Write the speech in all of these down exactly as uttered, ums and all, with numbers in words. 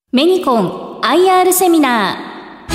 メニコン アイアール セミナー。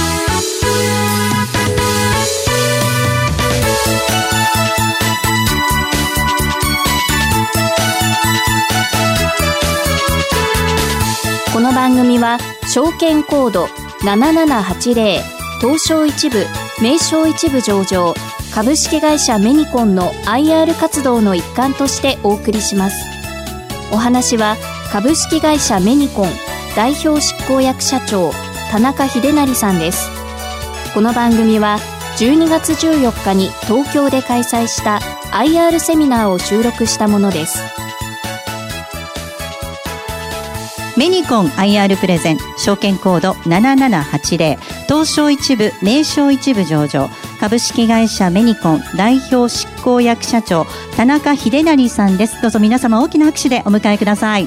この番組は証券コードななななはちゼロ東証一部名称一部上場株式会社メニコンの アイアール 活動の一環としてお送りします。お話は株式会社メニコン代表執行役社長田中秀成さんです。この番組はじゅうにがつじゅうよっかに東京で開催した アイアール セミナーを収録したものです。 メニコン アイアール プレゼン証券コードななななはちゼロ東証一部名称一部上場株式会社メニコン代表執行役社長田中秀成さんです。どうぞ皆様大きな拍手でお迎えください。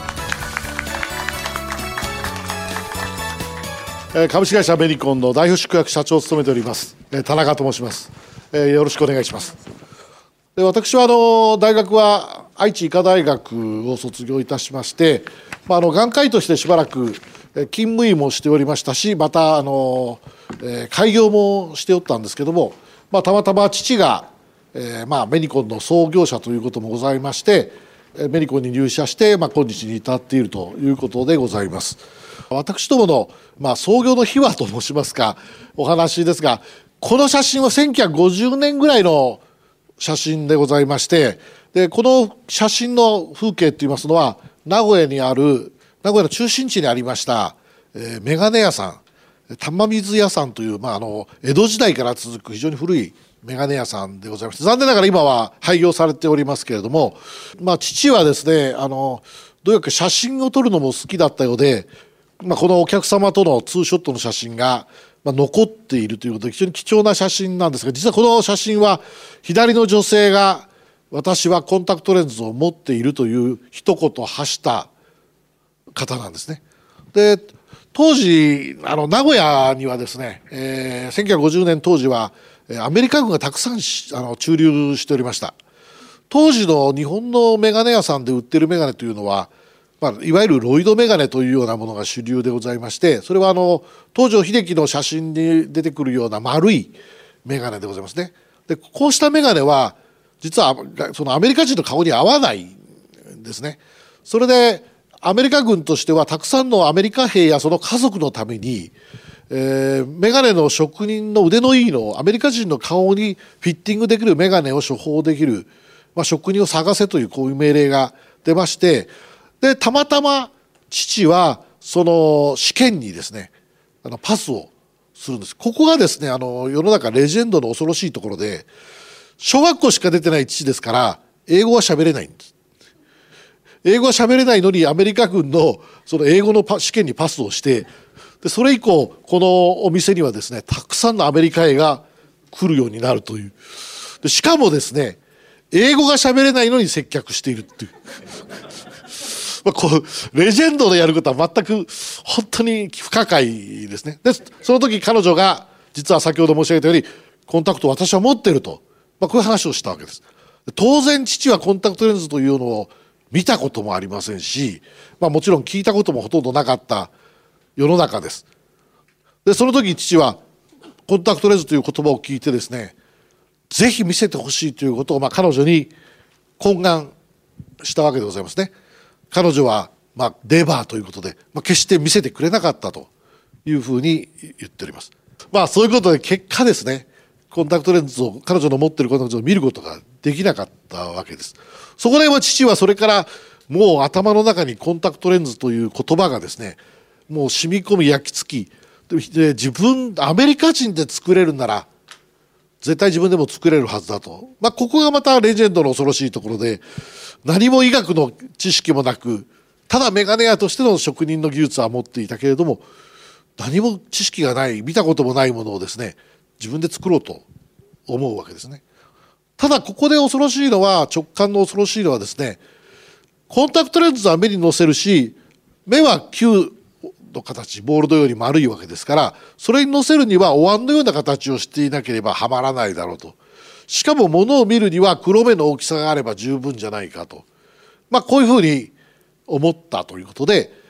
株式会社メニコンの代表執行役社長を務めております田中と申します。よろしくお願いします。で私はあの大学は愛知医科大学を卒業いたしまして、まあ、あの眼科医としてしばらく勤務医もしておりましたし、またあの、えー、開業もしておったんですけども、まあ、たまたま父が、えーまあ、メニコンの創業者ということもございまして、メニコンに入社して、まあ、今日に至っているということでございます。私どもの、まあ、創業の秘話と申しますかお話ですが、この写真はせんきゅうひゃくごじゅうねんぐらいの写真でございまして、でこの写真の風景といいますのは名古屋にある名古屋の中心地にありました、えー、メガネ屋さん玉水屋さんという、まあ、あの江戸時代から続く非常に古いメガネ屋さんでございまして、残念ながら今は廃業されておりますけれども、まあ、父はですねあのどうやら写真を撮るのも好きだったようで、まあ、このお客様とのツーショットの写真が、まあ、残っているということで非常に貴重な写真なんですが、実はこの写真は左の女性が私はコンタクトレンズを持っているという一言発した方なんですね。で当時あの名古屋にはですね、えー、せんきゅうひゃくごじゅうねん当時はアメリカ軍がたくさんあの駐留しておりました。当時の日本のメガネ屋さんで売ってるメガネというのは、まあ、いわゆるロイドメガネというようなものが主流でございまして、それはあの東條英機の写真に出てくるような丸いメガネでございますね。でこうしたメガネは実はそのアメリカ人の顔に合わないんですね。それでアメリカ軍としてはたくさんのアメリカ兵やその家族のために、えー、メガネの職人の腕のいいのアメリカ人の顔にフィッティングできるメガネを処方できる、まあ、職人を探せというこういう命令が出まして、でたまたま父はその試験にですねあのパスをするんです。ここがですねあの世の中レジェンドの恐ろしいところで、小学校しか出てない父ですから英語は喋れないんです。英語は喋れないのにアメリカ軍のその英語の試験にパスをして、でそれ以降このお店にはですねたくさんのアメリカ兵が来るようになるという。でしかもですね英語が喋れないのに接客しているっていうまあこうレジェンドのやることは全く本当に不可解ですね。でその時彼女が実は先ほど申し上げたようにコンタクトを私は持っていると、まあ、こういう話をしたわけです。当然父はコンタクトレンズというのを見たこともありませんし、まあ、もちろん聞いたこともほとんどなかった世の中です。でその時父はコンタクトレンズという言葉を聞いてですね、ぜひ見せてほしいということをまあ彼女に懇願したわけでございますね。彼女はまあネバーということで、まあ、決して見せてくれなかったというふうに言っております。まあそういうことで結果ですねコンタクトレンズを彼女の持っているコンタクトレンズを見ることができなかったわけです。そこで父はそれからもう頭の中にコンタクトレンズという言葉がですねもう染み込み焼き付きで、自分アメリカ人で作れるなら絶対自分でも作れるはずだと、まあ、ここがまたレジェンドの恐ろしいところで、何も医学の知識もなくただメガネ屋としての職人の技術は持っていたけれども何も知識がない見たこともないものをですね自分で作ろうと思うわけですね。ただここで恐ろしいのは直感の恐ろしいのはですねコンタクトレンズは目にのせるし目は球の形ボールのように丸いわけですから、それにのせるにはお椀のような形をしていなければはまらないだろうと。しかも物を見るには黒目の大きさがあれば十分じゃないかと、まあこういうふうに思ったということで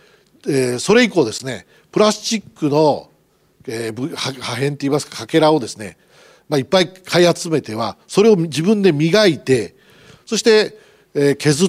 えー、それ以降ですね、プラスチックの、えー、破片といいますかかけらをですね、まあ、いっぱい買い集めてはそれを自分で磨いて、そして、えー、削って、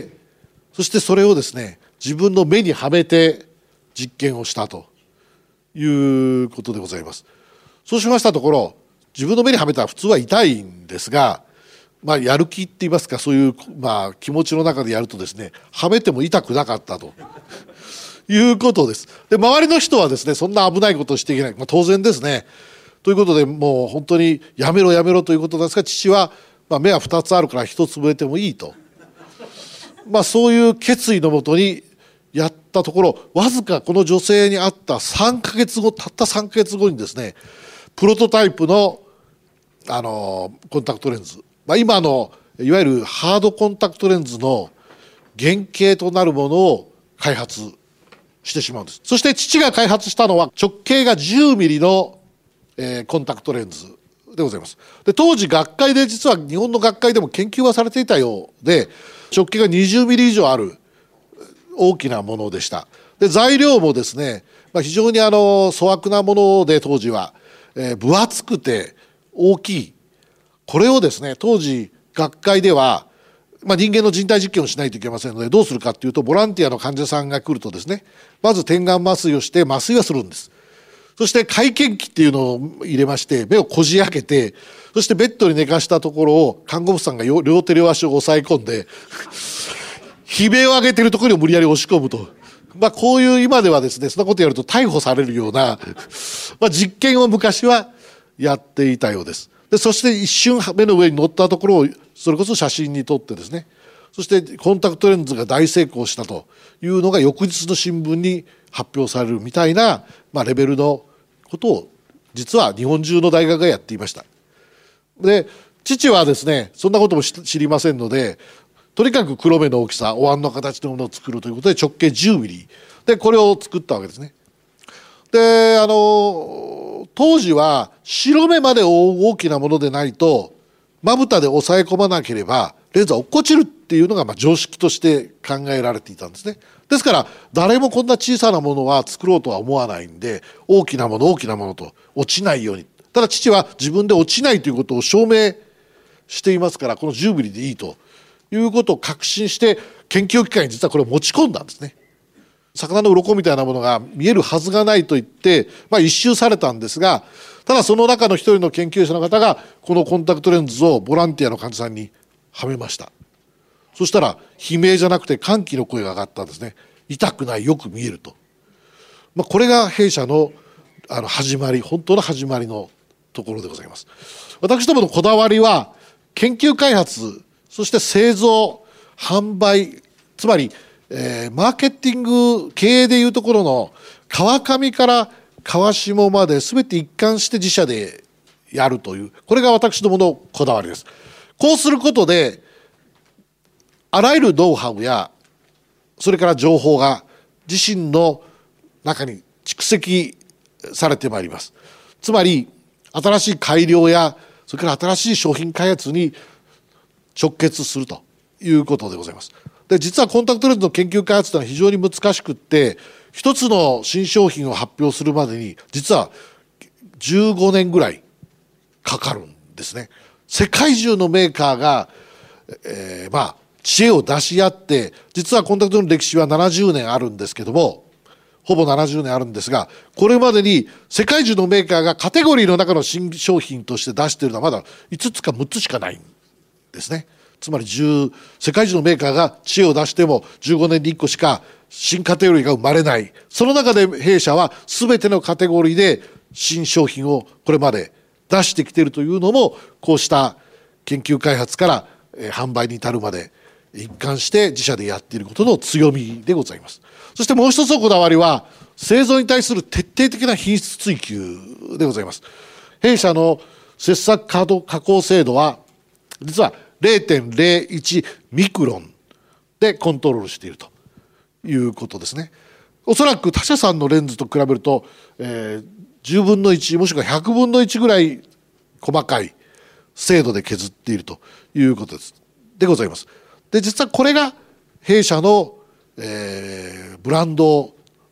そしてそれをですね自分の目にはめて実験をしたということでございます。そうしましたところ、自分の目にはめたら普通は痛いんですが、まあ、やる気って言いますか、そういう、まあ、気持ちの中でやるとですね、はめても痛くなかったということです。で、周りの人はですね、そんな危ないことをしていけない、まあ、当然ですね。ということで、もう本当にやめろやめろということなんですが、父は、まあ、目はふたつあるからひとつぶれてもいいと、まあ、そういう決意のもとにやったところ、わずかこの女性に会ったさんかげつご、たったさんかげつごにですね、プロトタイプの、あのコンタクトレンズ、まあ、今のいわゆるハードコンタクトレンズの原型となるものを開発してしまうんです。そして父が開発したのは直径がじゅうミリの、えー、コンタクトレンズでございます。で、当時学会で、実は日本の学会でも研究はされていたようで、直径がにじゅうミリ以上ある大きなものでした。で、材料もですね、まあ、非常にあの粗悪なもので、当時は、えー、分厚くて大きい、これをですね当時学会では、まあ、人間の人体実験をしないといけませんので、どうするかというと、ボランティアの患者さんが来るとですね、まず点眼麻酔をして麻酔をするんです。そして回検器っていうのを入れまして、目をこじ開けて、そしてベッドに寝かしたところを看護婦さんが両手両足を押さえ込んで悲鳴を上げているところに無理やり押し込むと、まあ、こういう今ではですね、そんなことやると逮捕されるようなまあ実験を昔はやっていたようです。で、そして一瞬目の上に乗ったところをそれこそ写真に撮ってですね、そしてコンタクトレンズが大成功したというのが翌日の新聞に発表されるみたいな、まあ、レベルのことを実は日本中の大学がやっていました。で、父はですねそんなことも知りませんので、とにかく黒目の大きさ、お椀の形のものを作るということで直径じゅうミリでこれを作ったわけですね。で、あの当時は白目まで大きなものでないとまぶたで押さえ込まなければレンズは落っこちるっていうのがまあ常識として考えられていたんですね。ですから誰もこんな小さなものは作ろうとは思わないんで、大きなもの大きなものと落ちないように、ただ父は自分で落ちないということを証明していますから、このじゅうミリでいいということを確信して研究機関に実はこれを持ち込んだんですね。魚の鱗みたいなものが見えるはずがないと言って、まあ、一周されたんですが、ただその中の一人の研究者の方がこのコンタクトレンズをボランティアの患者さんにはめました。そしたら悲鳴じゃなくて歓喜の声が上がったんですね。痛くない、よく見えると、まあ、これが弊社のあの始まり、本当の始まりのところでございます。私どものこだわりは研究開発、そして製造販売、つまりえー、マーケティング経営でいうところの川上から川下まで全て一貫して自社でやるという、これが私どものこだわりです。こうすることであらゆるノウハウやそれから情報が自身の中に蓄積されてまいります。つまり新しい改良やそれから新しい商品開発に直結するということでございます。で、実はコンタクトレンズの研究開発というのは非常に難しくって、一つの新商品を発表するまでに実はじゅうごねんぐらいかかるんですね。世界中のメーカーが、えー、まあ知恵を出し合って、実はコンタクトの歴史はななじゅうねんあるんですけども、ほぼななじゅうねんあるんですが、これまでに世界中のメーカーがカテゴリーの中の新商品として出しているのはまだいつつかむっつしかないんですね。つまりじゅう世界中のメーカーが知恵を出してもじゅうごねんにいっこしか新カテゴリーが生まれない。その中で弊社は全てのカテゴリーで新商品をこれまで出してきているというのも、こうした研究開発から販売に至るまで一貫して自社でやっていることの強みでございます。そしてもう一つのこだわりは製造に対する徹底的な品質追求でございます。弊社の切削加工精度は実は ゼロてんゼロいち ミクロンでコントロールしているということですね。おそらく他社さんのレンズと比べると、えー、じゅうぶんのいちもしくはひゃくぶんのいちぐらい細かい精度で削っているということですでございます。で、実はこれが弊社の、えー、ブランド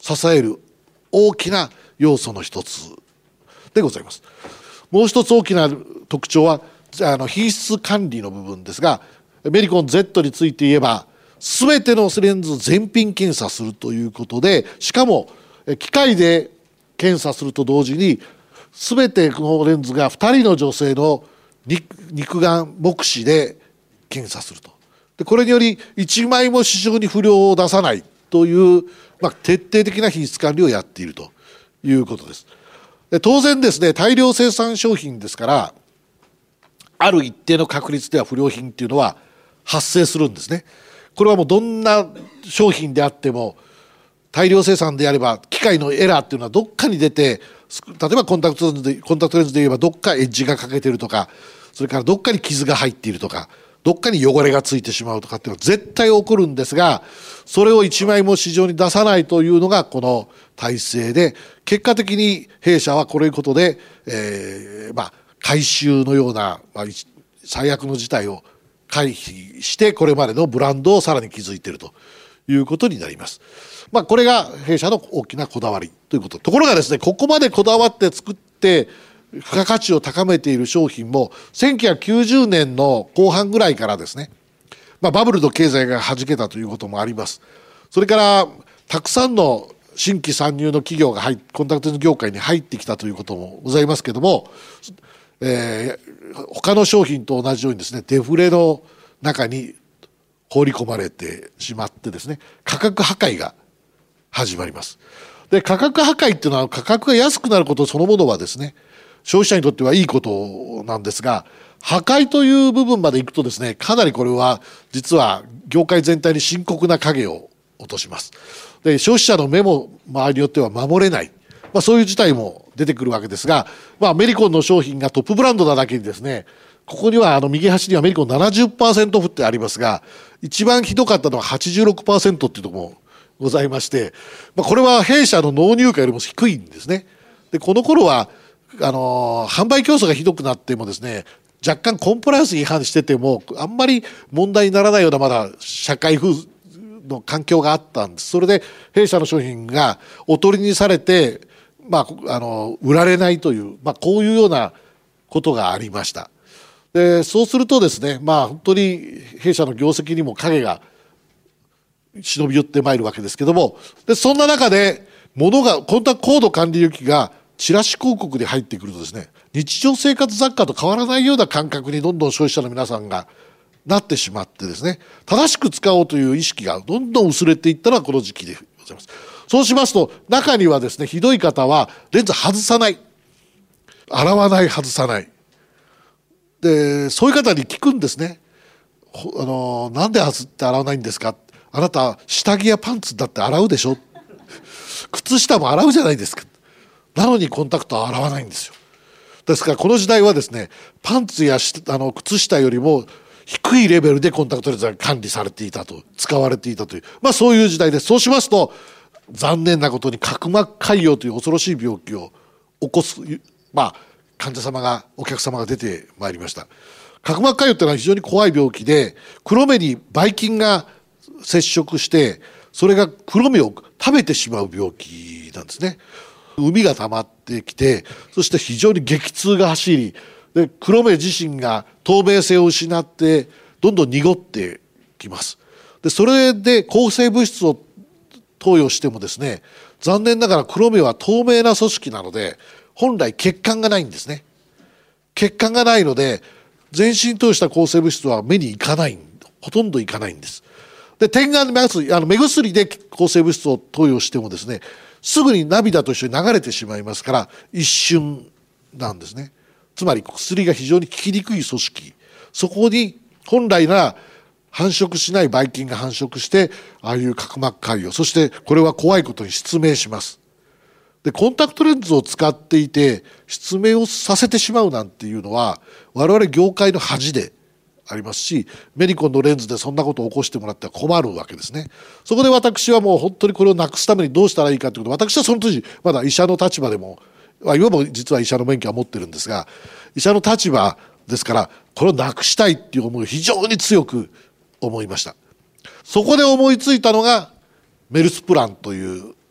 支える大きな要素の一つでございます。もう一つ大きな特徴はあの品質管理の部分ですが、メリコン Z について言えば全てのレンズ全品検査するということで、しかも機械で検査すると同時に全てこのレンズがふたりの女性の肉眼目視で検査すると。でこれによりいちまいも市場に不良を出さないという、まあ、徹底的な品質管理をやっているということです。で当然ですね、大量生産商品ですから、ある一定の確率では不良品っていうのは発生するんですね。これはもうどんな商品であっても、大量生産であれば機械のエラーっていうのはどっかに出て、例えばコンタクトレンズでコンタクトレンズで言えばどっかエッジが欠けてるとか、それからどっかに傷が入っているとか、どっかに汚れがついてしまうとかっていうのは絶対起こるんですが、それを一枚も市場に出さないというのがこの体制で、結果的に弊社はこういうことで、えー、まあ回収のような、まあ、最悪の事態を回避してこれまでのブランドをさらに築いているということになります。まあこれが弊社の大きなこだわりということ。ところがですね、ここまでこだわって作って付加価値を高めている商品もせんきゅうひゃくきゅうじゅうねんの後半ぐらいからですね、まあ、バブルの経済がはじけたということもあります。それからたくさんの新規参入の企業が入コンタクトレンズ業界に入ってきたということもございますけれども、えー、他の商品と同じようにですね、デフレの中に放り込まれてしまってですね、価格破壊が始まります。で価格破壊っていうのは、価格が安くなることそのものはですね、消費者にとってはいいことなんですが、破壊という部分までいくとですね、かなりこれは実は業界全体に深刻な影を落とします。で消費者の目も周りによっては守れない、まあ、そういう事態も出てくるわけですが、まあ、メリコンの商品がトップブランドなだけにですね、ここにはあの右端にはメリコン ななじゅっパーセント オフってありますが、一番ひどかったのは はちじゅうろくパーセント っていうところもございまして、まあ、これは弊社の納入価よりも低いんですね。でこの頃はあのー、販売競争がひどくなってもですね、若干コンプライアンス違反しててもあんまり問題にならないようなまだ社会風の環境があったんです。それで弊社の商品がおとりにされて、まあ、あの売られないという、まあ、こういうようなことがありました。でそうするとですね、まあ本当に弊社の業績にも影が忍び寄ってまいるわけですけども、でそんな中で物がコンタクトコード管理履機がチラシ広告で入ってくるとですね、日常生活雑貨と変わらないような感覚にどんどん消費者の皆さんがなってしまってですね、正しく使おうという意識がどんどん薄れていったのはこの時期でございます。そうしますと、中にはですね、ひどい方はレンズ外さない、洗わない、外さない。でそういう方に聞くんですね。あのなんで外って洗わないんですか。あなた下着やパンツだって洗うでしょ。靴下も洗うじゃないですか。なのにコンタクトは洗わないんですよ。ですからこの時代はですね、パンツやあの靴下よりも低いレベルでコンタクトレンズが管理されていたと、使われていたという、まあそういう時代です。そうしますと残念なことに角膜潰瘍という恐ろしい病気を起こす、まあ患者様がお客様が出てまいりました。角膜潰瘍というのは非常に怖い病気で、黒目にばい菌が接触してそれが黒目を食べてしまう病気なんですね。膿が溜まってきて、そして非常に激痛が走り、で黒目自身が透明性を失ってどんどん濁ってきます。でそれで抗生物質を投与してもですね、残念ながら黒目は透明な組織なので本来血管がないんですね。血管がないので全身投与した抗生物質は目にいかない、ほとんどいかないんです。で点眼目薬、あの目薬で抗生物質を投与してもですね、すぐに涙と一緒に流れてしまいますから一瞬なんですね。つまり薬が非常に効きにくい組織、そこに本来なら繁殖しないばい菌が繁殖してああいう角膜潰瘍、そしてこれは怖いことに失明します。でコンタクトレンズを使っていて失明をさせてしまうなんていうのは我々業界の恥でありますし、メリコンのレンズでそんなことを起こしてもらっては困るわけですね。そこで私はもう本当にこれをなくすためにどうしたらいいかということ、私はその当時まだ医者の立場でも、今も実は医者の免許は持ってるんですが、医者の立場ですからこれをなくしたいっていう思いを非常に強く思いました。そこで思いついたのがメルスプランという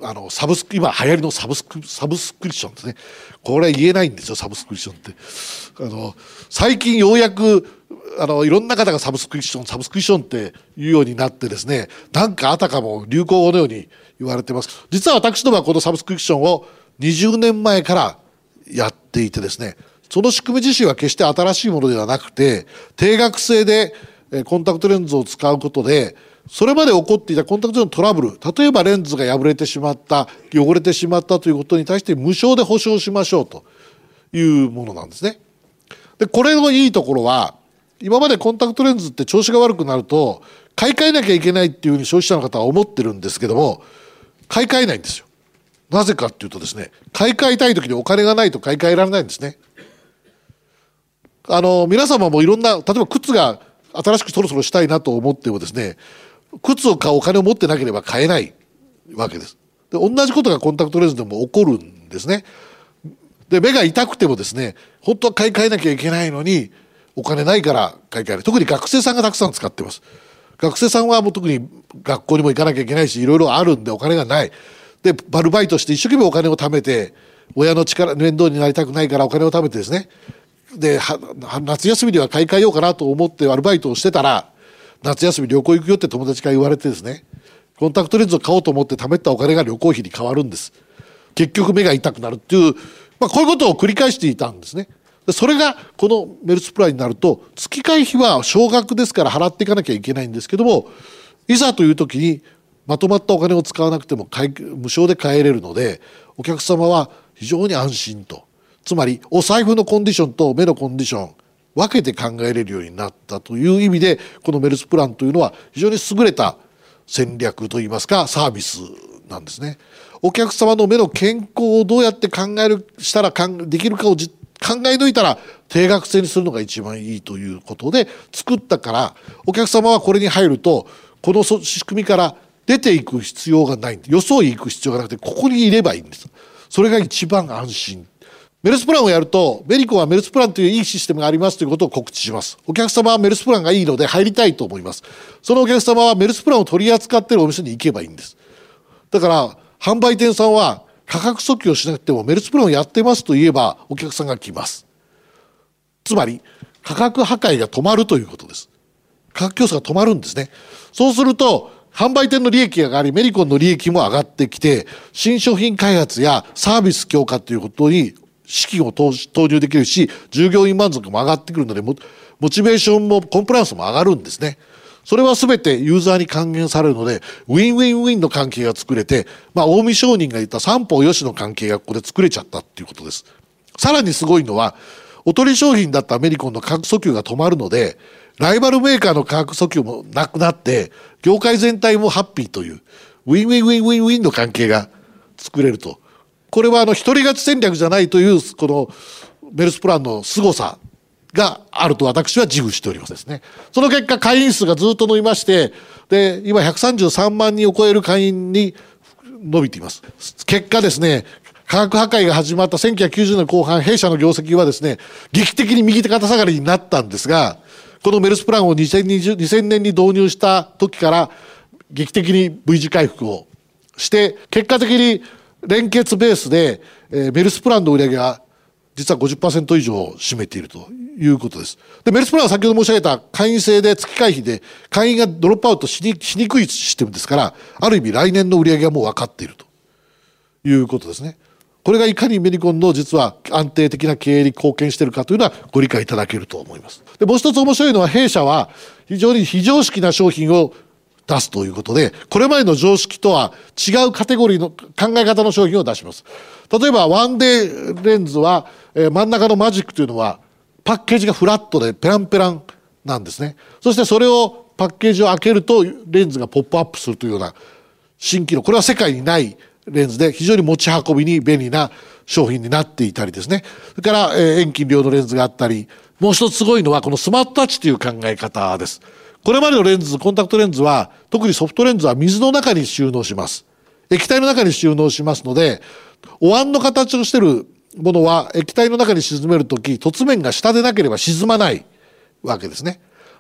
あのサブスク今流行りのサブスクサブスクリプションですね。これは言えないんですよ、サブスクリプションって。あの最近ようやくあのいろんな方がサブスクリプションサブスクリプションって言うようになってですね、なんかあたかも流行語のように言われてます。実は私どもはこのサブスクリプションをにじゅうねんまえからやっていてですね、その仕組み自身は決して新しいものではなくて、定額制でコンタクトレンズを使うことでそれまで起こっていたコンタクトレンズのトラブル、例えばレンズが破れてしまった、汚れてしまったということに対して無償で保証しましょうというものなんですね。でこれのいいところは、今までコンタクトレンズって調子が悪くなると買い替えなきゃいけないっていうふうに消費者の方は思ってるんですけども、買い替えないんですよ。なぜかっていうとですね、買い替えたい時にお金がないと買い替えられないんですね。あの皆様もいろんな、例えば靴が新しくそろそろしたいなと思ってもですね、靴を買うお金を持ってなければ買えないわけです。で同じことがコンタクトレンズでも起こるんですね。で目が痛くてもですね、本当は買い替えなきゃいけないのにお金ないから買い替える。特に学生さんがたくさん使ってます。学生さんはもう特に学校にも行かなきゃいけないし、いろいろあるんでお金がない。でバルバイトして一生懸命お金を貯めて、親の力面倒になりたくないからお金を貯めてですね、で夏休みには買い替えようかなと思ってアルバイトをしてたら、夏休み旅行行くよって友達から言われてですね、コンタクトレンズを買おうと思って貯めたお金が旅行費に変わるんです。結局目が痛くなるっていう、まあ、こういうことを繰り返していたんですね。でそれがこのメルスプランになると、月会費は少額ですから払っていかなきゃいけないんですけども、いざという時にまとまったお金を使わなくても買い無償で買えれるので、お客様は非常に安心と。つまりお財布のコンディションと目のコンディション分けて考えれるようになったという意味で、このメルスプランというのは非常に優れた戦略といいますかサービスなんですね。お客様の目の健康をどうやって考えるしたらかんできるかをじ考え抜いたら定額制にするのが一番いいということで作ったから、お客様はこれに入るとこの仕組みから出ていく必要がない、よそへ行く必要がなくてここにいればいいんです。それが一番安心。メルスプランをやると、メリコはメルスプランといういいシステムがありますということを告知します。お客様はメルスプランがいいので入りたいと思います。そのお客様はメルスプランを取り扱っているお店に行けばいいんです。だから販売店さんは価格訴求をしなくてもメルスプランをやってますと言えばお客さんが来ます。つまり価格破壊が止まるということです。価格競争が止まるんですね。そうすると販売店の利益が上がり、メリコンの利益も上がってきて、新商品開発やサービス強化ということに資金を投入できるし、従業員満足も上がってくるので、モチベーションもコンプライアンスも上がるんですね。それは全てユーザーに還元されるので、ウィンウィンウィンの関係が作れて、まあ、近江商人が言った三方よしの関係がここで作れちゃったっていうことです。さらにすごいのは、おとり商品だったメリコンの価格訴求が止まるので、ライバルメーカーの価格訴求もなくなって、業界全体もハッピーという、ウィンウィンウィンウィンウィンの関係が作れると。これはあの一人勝ち戦略じゃないというこのメルスプランの凄さがあると私は自負しておりますですね。その結果会員数がずっと伸びまして、で今ひゃくさんじゅうさんまんにんを超える会員に伸びています。結果ですね、価格破壊が始まったせんきゅうひゃくきゅうじゅうねんこう半、弊社の業績はですね劇的に右肩下がりになったんですが、このメルスプランをにせんにじゅう、にせんねんに導入した時から劇的に V 字回復をして、結果的に連結ベースで、えー、メルスプランの売り上げが実は ごじゅっパーセント 以上を占めているということです。で、メルスプランは先ほど申し上げた会員制で月会費で会員がドロップアウトしに、しにくいシステムですから、ある意味来年の売り上げはもう分かっているということですね。これがいかにメリコンの実は安定的な経営に貢献しているかというのはご理解いただけると思います。で、もう一つ面白いのは弊社は非常に非常識な商品を出すということで、これまでの常識とは違うカテゴリーの考え方の商品を出します。例えばワンデーレンズは、えー、真ん中のマジックというのはパッケージがフラットでペランペランなんですね。そしてそれをパッケージを開けるとレンズがポップアップするというような新機能、これは世界にないレンズで非常に持ち運びに便利な商品になっていたりですね。それから、えー、遠近両のレンズがあったり、もう一つすごいのはこのスマートタッチという考え方です。これまでのレンズ、コンタクトレンズは、特にソフトレンズは水の中に収納します。液体の中に収納しますので、お椀の形をしているものは液体の中に沈めるとき、凸面が下でなければ沈まないわけですね。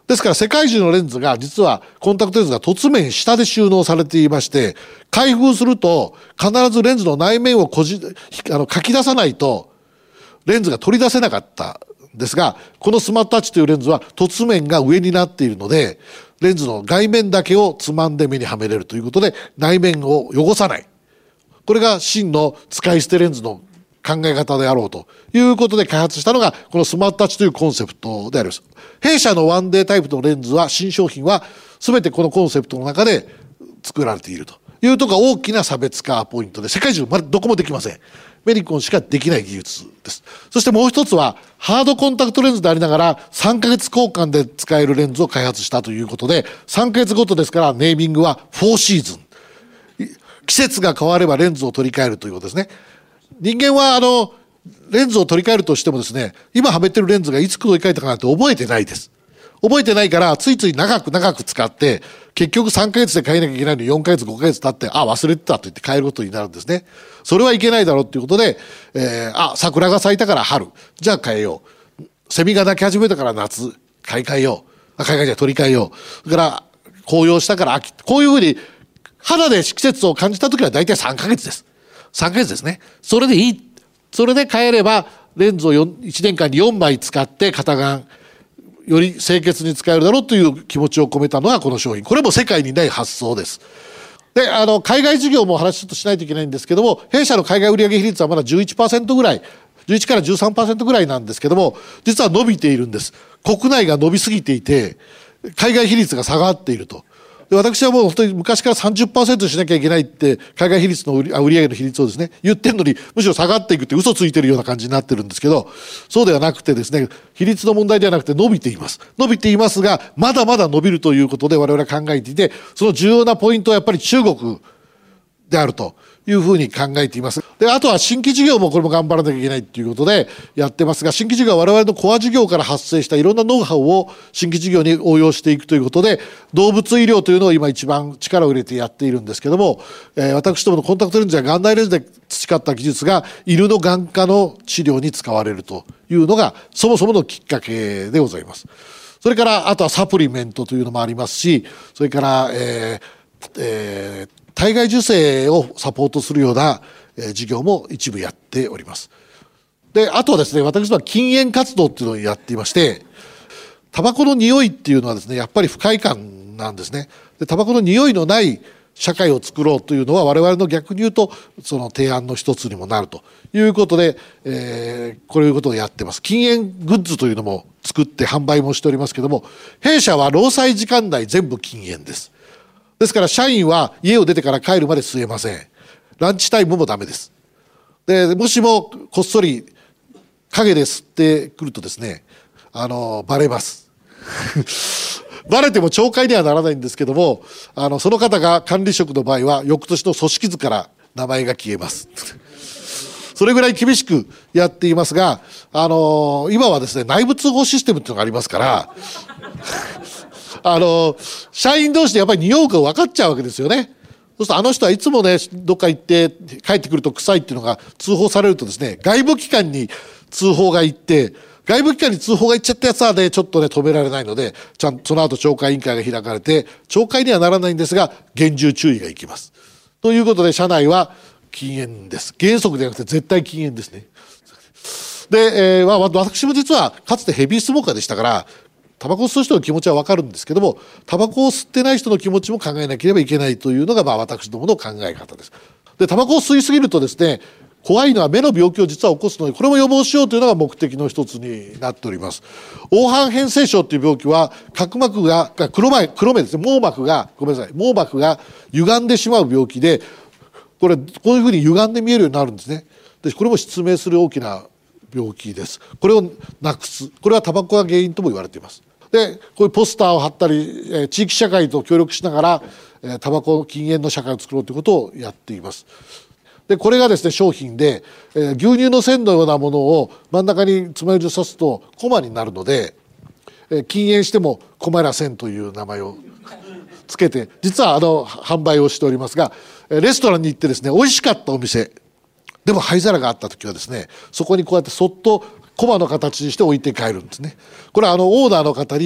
ですから世界中のレンズが実はコンタクトレンズが凸面下で収納されていまして、開封すると必ずレンズの内面をこじあの書き出さないとレンズが取り出せなかったんですが、このスマートタッチというレンズは凸面が上になっているので、レンズの外面だけをつまんで目にはめれるということで、内面を汚さない。これが真の使い捨てレンズの考え方であろうということで開発したのがこのスマートタッチというコンセプトであります。弊社のワンデータイプのレンズは、新商品は全てこのコンセプトの中で作られているというところが大きな差別化ポイントで、世界中まだどこもできません。メニコンしかできない技術です。そしてもう一つはハードコンタクトレンズでありながらさんかげつ交換で使えるレンズを開発したということで、さんかげつごとですからネーミングはフォーシーズン。季節が変わればレンズを取り替えるということですね。人間はあのレンズを取り替えるとしてもですね、今はめてるレンズがいつ取り替えたかなんて覚えてないです。覚えてないからついつい長く長く使って結局さんかげつで変えなきゃいけないのによんかげつごかげつ経ってあ忘れてたと言って変えることになるんですね。それはいけないだろうということで、えー、あ桜が咲いたから春じゃあ変えよう、セミが鳴き始めたから夏買い替えよう、あ買い替えじゃ取り替えよう、それから紅葉したから秋、こういうふうに肌で季節を感じた時は大体さんかげつです。さんかげつですね。それでいい。それで変えればレンズをいちねんかんによんまい使って片眼より清潔に使えるだろうという気持ちを込めたのがこの商品。これも世界にない発想です。で、あの海外事業も話ちょっとしないといけないんですけども、弊社の海外売上比率はまだ じゅういちパーセント ぐらい、じゅういちから じゅうさんパーセント ぐらいなんですけども、実は伸びているんです。国内が伸びすぎていて海外比率が下がっていると。で私はもう本当に昔から さんじゅっパーセント しなきゃいけないって海外比率の売り売上の比率をですね言ってるのに、むしろ下がっていくって嘘ついてるような感じになってるんですけど、そうではなくてですね、比率の問題ではなくて伸びています伸びていますが、まだまだ伸びるということで我々は考えていて、その重要なポイントはやっぱり中国であるというふうに考えています。で、あとは新規事業もこれも頑張らなきゃいけないということでやってますが、新規事業は我々のコア事業から発生したいろんなノウハウを新規事業に応用していくということで、動物医療というのを今一番力を入れてやっているんですけども、えー、私どものコンタクトレンズや眼内レンズで培った技術が犬の眼科の治療に使われるというのがそもそものきっかけでございます。それからあとはサプリメントというのもありますし、それから、えーえー体外受精をサポートするような、えー、事業も一部やっております。で、あとはですね、私は禁煙活動っていうのをやっていまして、タバコの匂いっていうのはですね、やっぱり不快感なんですね。で、タバコの匂いのない社会を作ろうというのは我々の逆に言うとその提案の一つにもなるということで、えー、こういうことをやってます。禁煙グッズというのも作って販売もしておりますけども、弊社は労災時間内全部禁煙です。ですから社員は家を出てから帰るまで吸えません。ランチタイムもダメです。で、もしもこっそり陰で吸ってくるとですね、あのバレますバレても懲戒にはならないんですけども、あのその方が管理職の場合は翌年の組織図から名前が消えますそれぐらい厳しくやっていますが、あの今はですね内部通報システムっていうのがありますからあの社員同士でやっぱり匂うか分かっちゃうわけですよね。そうするとあの人はいつもねどっか行って帰ってくると臭いっていうのが通報されるとですね、外部機関に通報が行って、外部機関に通報が行っちゃったやつはねちょっとね止められないので、ちゃんその後懲戒委員会が開かれて、懲戒にはならないんですが厳重注意がいきます。ということで社内は禁煙です。原則ではなくて絶対禁煙ですね。で、えー、私も実はかつてヘビースモーカーでしたから、タバコを吸う人の気持ちは分かるんですけども、タバコを吸ってない人の気持ちも考えなければいけないというのがまあ私どもの考え方です。で、タバコを吸いすぎるとですね、怖いのは目の病気を実は起こすので、これも予防しようというのが目的の一つになっております。黄斑変性症という病気は角膜が黒目黒目ですね、網膜がごめんなさい網膜が歪んでしまう病気で、これこういうふうに歪んで見えるようになるんですね。で、これも失明する大きな病気です。これをなくす、これはタバコが原因とも言われています。で、こういうポスターを貼ったり、えー、地域社会と協力しながら、えー、タバコ禁煙の社会を作ろうということをやっています。で、これがですね商品で、えー、牛乳の線のようなものを真ん中につまようじを刺すとコマになるので、えー、禁煙してもコマラ線という名前をつけて、実はあの販売をしておりますが、レストランに行ってですね美味しかったお店でも灰皿があった時はですね、そこにこうやってそっとコマの形にして置いて帰るんですね。これはあのオーナーの方に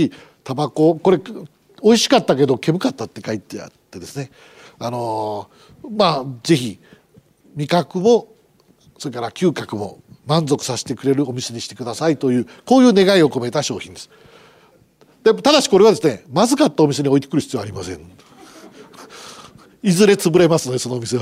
タバコ、これ美味しかったけど煙かったって書いてあってですね、あのまあぜひ味覚もそれから嗅覚も満足させてくれるお店にしてくださいという、こういう願いを込めた商品です。でただしこれはですね、まずかったお店に置いてくる必要はありません。いずれ潰れますので、そのお店は。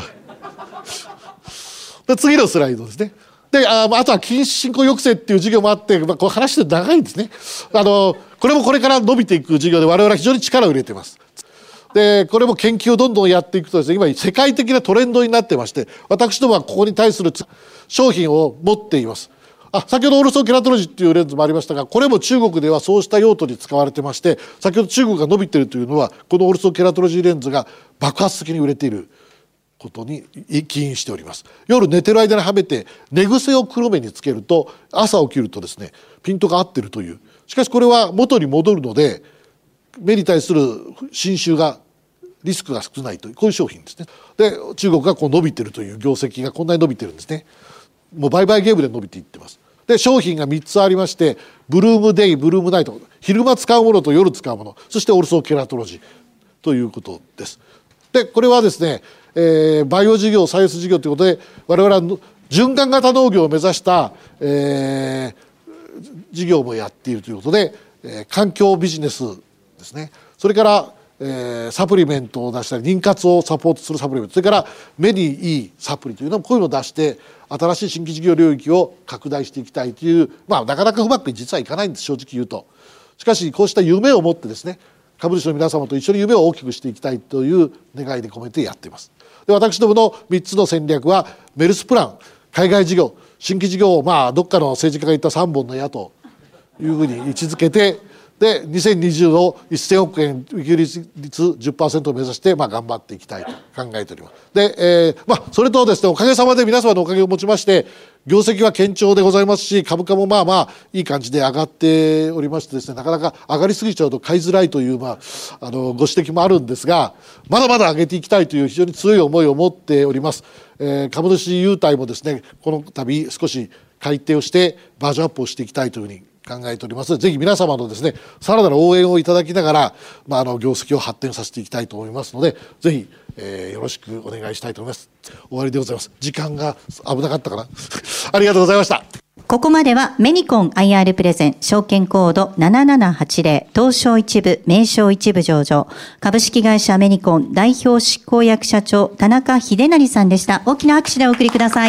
で次のスライドですね。で あ, あとは近視進行抑制っていう事業もあって、まあ、こう話して長いんですね。あのこれもこれから伸びていく事業で、我々は非常に力を入れています。でこれも研究をどんどんやっていくとですね、今世界的なトレンドになってまして、私どもはここに対する商品を持っています。あ先ほどオールソーケラトロジーっていうレンズもありましたが、これも中国ではそうした用途に使われてまして、先ほど中国が伸びているというのは、このオールソーケラトロジーレンズが爆発的に売れていることに起因しております。夜寝てる間にはめて寝癖を黒目につけると、朝起きるとですねピントが合ってるという。しかしこれは元に戻るので、目に対する侵襲がリスクが少ないという、こういう商品ですね。で中国がこう伸びてるという業績がこんなに伸びてるんですね。もう売買ゲームで伸びていってます。で商品がみっつありまして、ブルームデイ、ブルームナイト、昼間使うものと夜使うもの、そしてオルソーケラトロジーということです。でこれはですね、えー、バイオ事業、サイエンス事業ということで、我々は循環型農業を目指した、えー、事業もやっているということで、えー、環境ビジネスですね、それから、えー、サプリメントを出したり、妊活をサポートするサプリメント、それから目にいいサプリというのも、こういうのを出して新しい新規事業領域を拡大していきたいという、まあなかなかうまく実はいかないんです、正直言うと。しかしこうした夢を持ってですね、株主の皆様と一緒に夢を大きくしていきたいという願いで込めてやっています。で私どものみっつの戦略は、メルスプラン、海外事業、新規事業をまあどっかの政治家が言ったさんぼんの矢というふうに位置づけて、でにせんにじゅうをせんおくえん利益率 じゅっパーセント を目指して、まあ、頑張っていきたいと考えております。で、えーまあ、それとですね、おかげさまで皆様のおかげをもちまして業績は堅調でございますし、株価もまあまあいい感じで上がっておりましてですね、なかなか上がりすぎちゃうと買いづらいという、まあ、あのご指摘もあるんですが、まだまだ上げていきたいという非常に強い思いを持っております。えー、株主優待もですね、この度少し改定をしてバージョンアップをしていきたいというふうに考えております。ぜひ皆様のですね、さらなる応援をいただきながら、まあ、あの業績を発展させていきたいと思いますので、ぜひ、えー、よろしくお願いしたいと思います。終わりでございます。時間が危なかったかなありがとうございました。 ここまではメニコン アイアール プレゼン証券コードななななはちゼロ東証一部名称一部上場株式会社メニコン代表執行役社長田中秀成さんでした。大きな拍手でお送りください。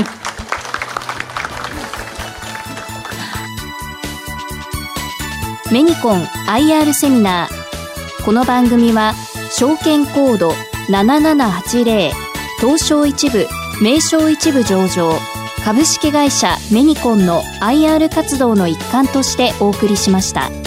メニコン アイアール セミナー。この番組は証券コードななななはちゼロ東証一部名称一部上場株式会社メニコンの アイアール 活動の一環としてお送りしました。